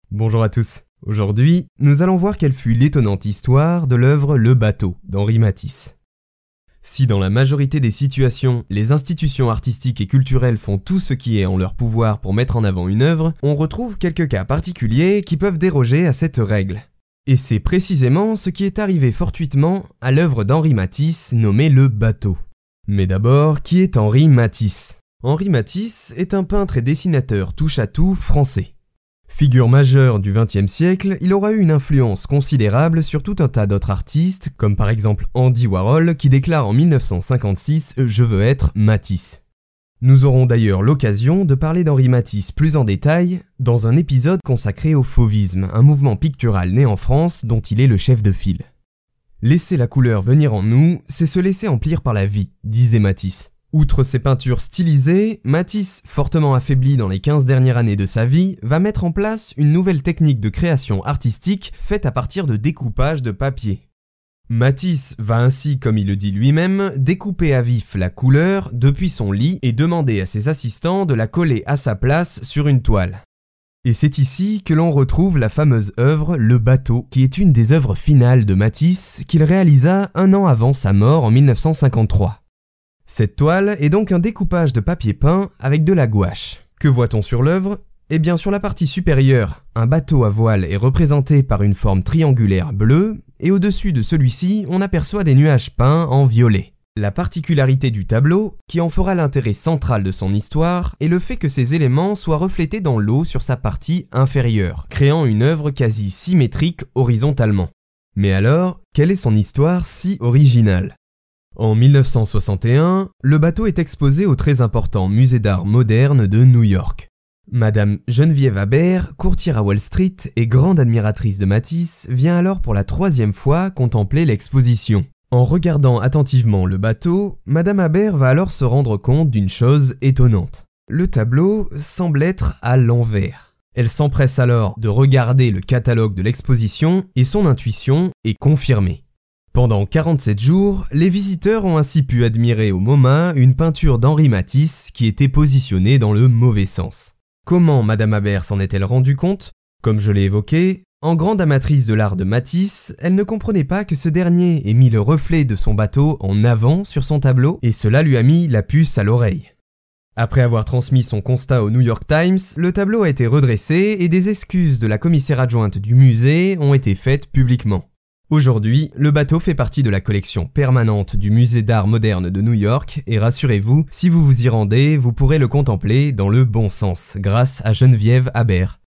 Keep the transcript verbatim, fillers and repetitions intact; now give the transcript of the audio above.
Bonjour à tous. Aujourd'hui, nous allons voir quelle fut l'étonnante histoire de l'œuvre Le Bateau d'Henri Matisse. Si dans la majorité des situations, les institutions artistiques et culturelles font tout ce qui est en leur pouvoir pour mettre en avant une œuvre, on retrouve quelques cas particuliers qui peuvent déroger à cette règle. Et c'est précisément ce qui est arrivé fortuitement à l'œuvre d'Henri Matisse nommée Le Bateau. Mais d'abord, qui est Henri Matisse ? Henri Matisse est un peintre et dessinateur touche-à-tout français. Figure majeure du vingtième siècle, il aura eu une influence considérable sur tout un tas d'autres artistes, comme par exemple Andy Warhol qui déclare en mille neuf cent cinquante-six « Je veux être Matisse ». Nous aurons d'ailleurs l'occasion de parler d'Henri Matisse plus en détail dans un épisode consacré au fauvisme, un mouvement pictural né en France dont il est le chef de file. Laisser la couleur venir en nous, c'est se laisser emplir par la vie, disait Matisse. Outre ses peintures stylisées, Matisse, fortement affaibli dans les quinze dernières années de sa vie, va mettre en place une nouvelle technique de création artistique faite à partir de découpage de papier. Matisse va ainsi, comme il le dit lui-même, découper à vif la couleur depuis son lit et demander à ses assistants de la coller à sa place sur une toile. Et c'est ici que l'on retrouve la fameuse œuvre Le Bateau, qui est une des œuvres finales de Matisse qu'il réalisa un an avant sa mort en mille neuf cent cinquante-trois. Cette toile est donc un découpage de papier peint avec de la gouache. Que voit-on sur l'œuvre ? Eh bien sur la partie supérieure, un bateau à voile est représenté par une forme triangulaire bleue, et au-dessus de celui-ci, on aperçoit des nuages peints en violet. La particularité du tableau, qui en fera l'intérêt central de son histoire, est le fait que ces éléments soient reflétés dans l'eau sur sa partie inférieure, créant une œuvre quasi symétrique horizontalement. Mais alors, quelle est son histoire si originale ? En mille neuf cent soixante et un, le bateau est exposé au très important musée d'art moderne de New York. Madame Geneviève Habert, courtière à Wall Street et grande admiratrice de Matisse, vient alors pour la troisième fois contempler l'exposition. En regardant attentivement le bateau, Madame Habert va alors se rendre compte d'une chose étonnante. Le tableau semble être à l'envers. Elle s'empresse alors de regarder le catalogue de l'exposition et son intuition est confirmée. Pendant quarante-sept jours, les visiteurs ont ainsi pu admirer au MoMA une peinture d'Henri Matisse qui était positionnée dans le mauvais sens. Comment Madame Habert s'en est-elle rendue compte ? Comme je l'ai évoqué, en grande amatrice de l'art de Matisse, elle ne comprenait pas que ce dernier ait mis le reflet de son bateau en avant sur son tableau et cela lui a mis la puce à l'oreille. Après avoir transmis son constat au New York Times, le tableau a été redressé et des excuses de la commissaire adjointe du musée ont été faites publiquement. Aujourd'hui, le bateau fait partie de la collection permanente du musée d'art moderne de New York et rassurez-vous, si vous vous y rendez, vous pourrez le contempler dans le bon sens, grâce à Geneviève Habert.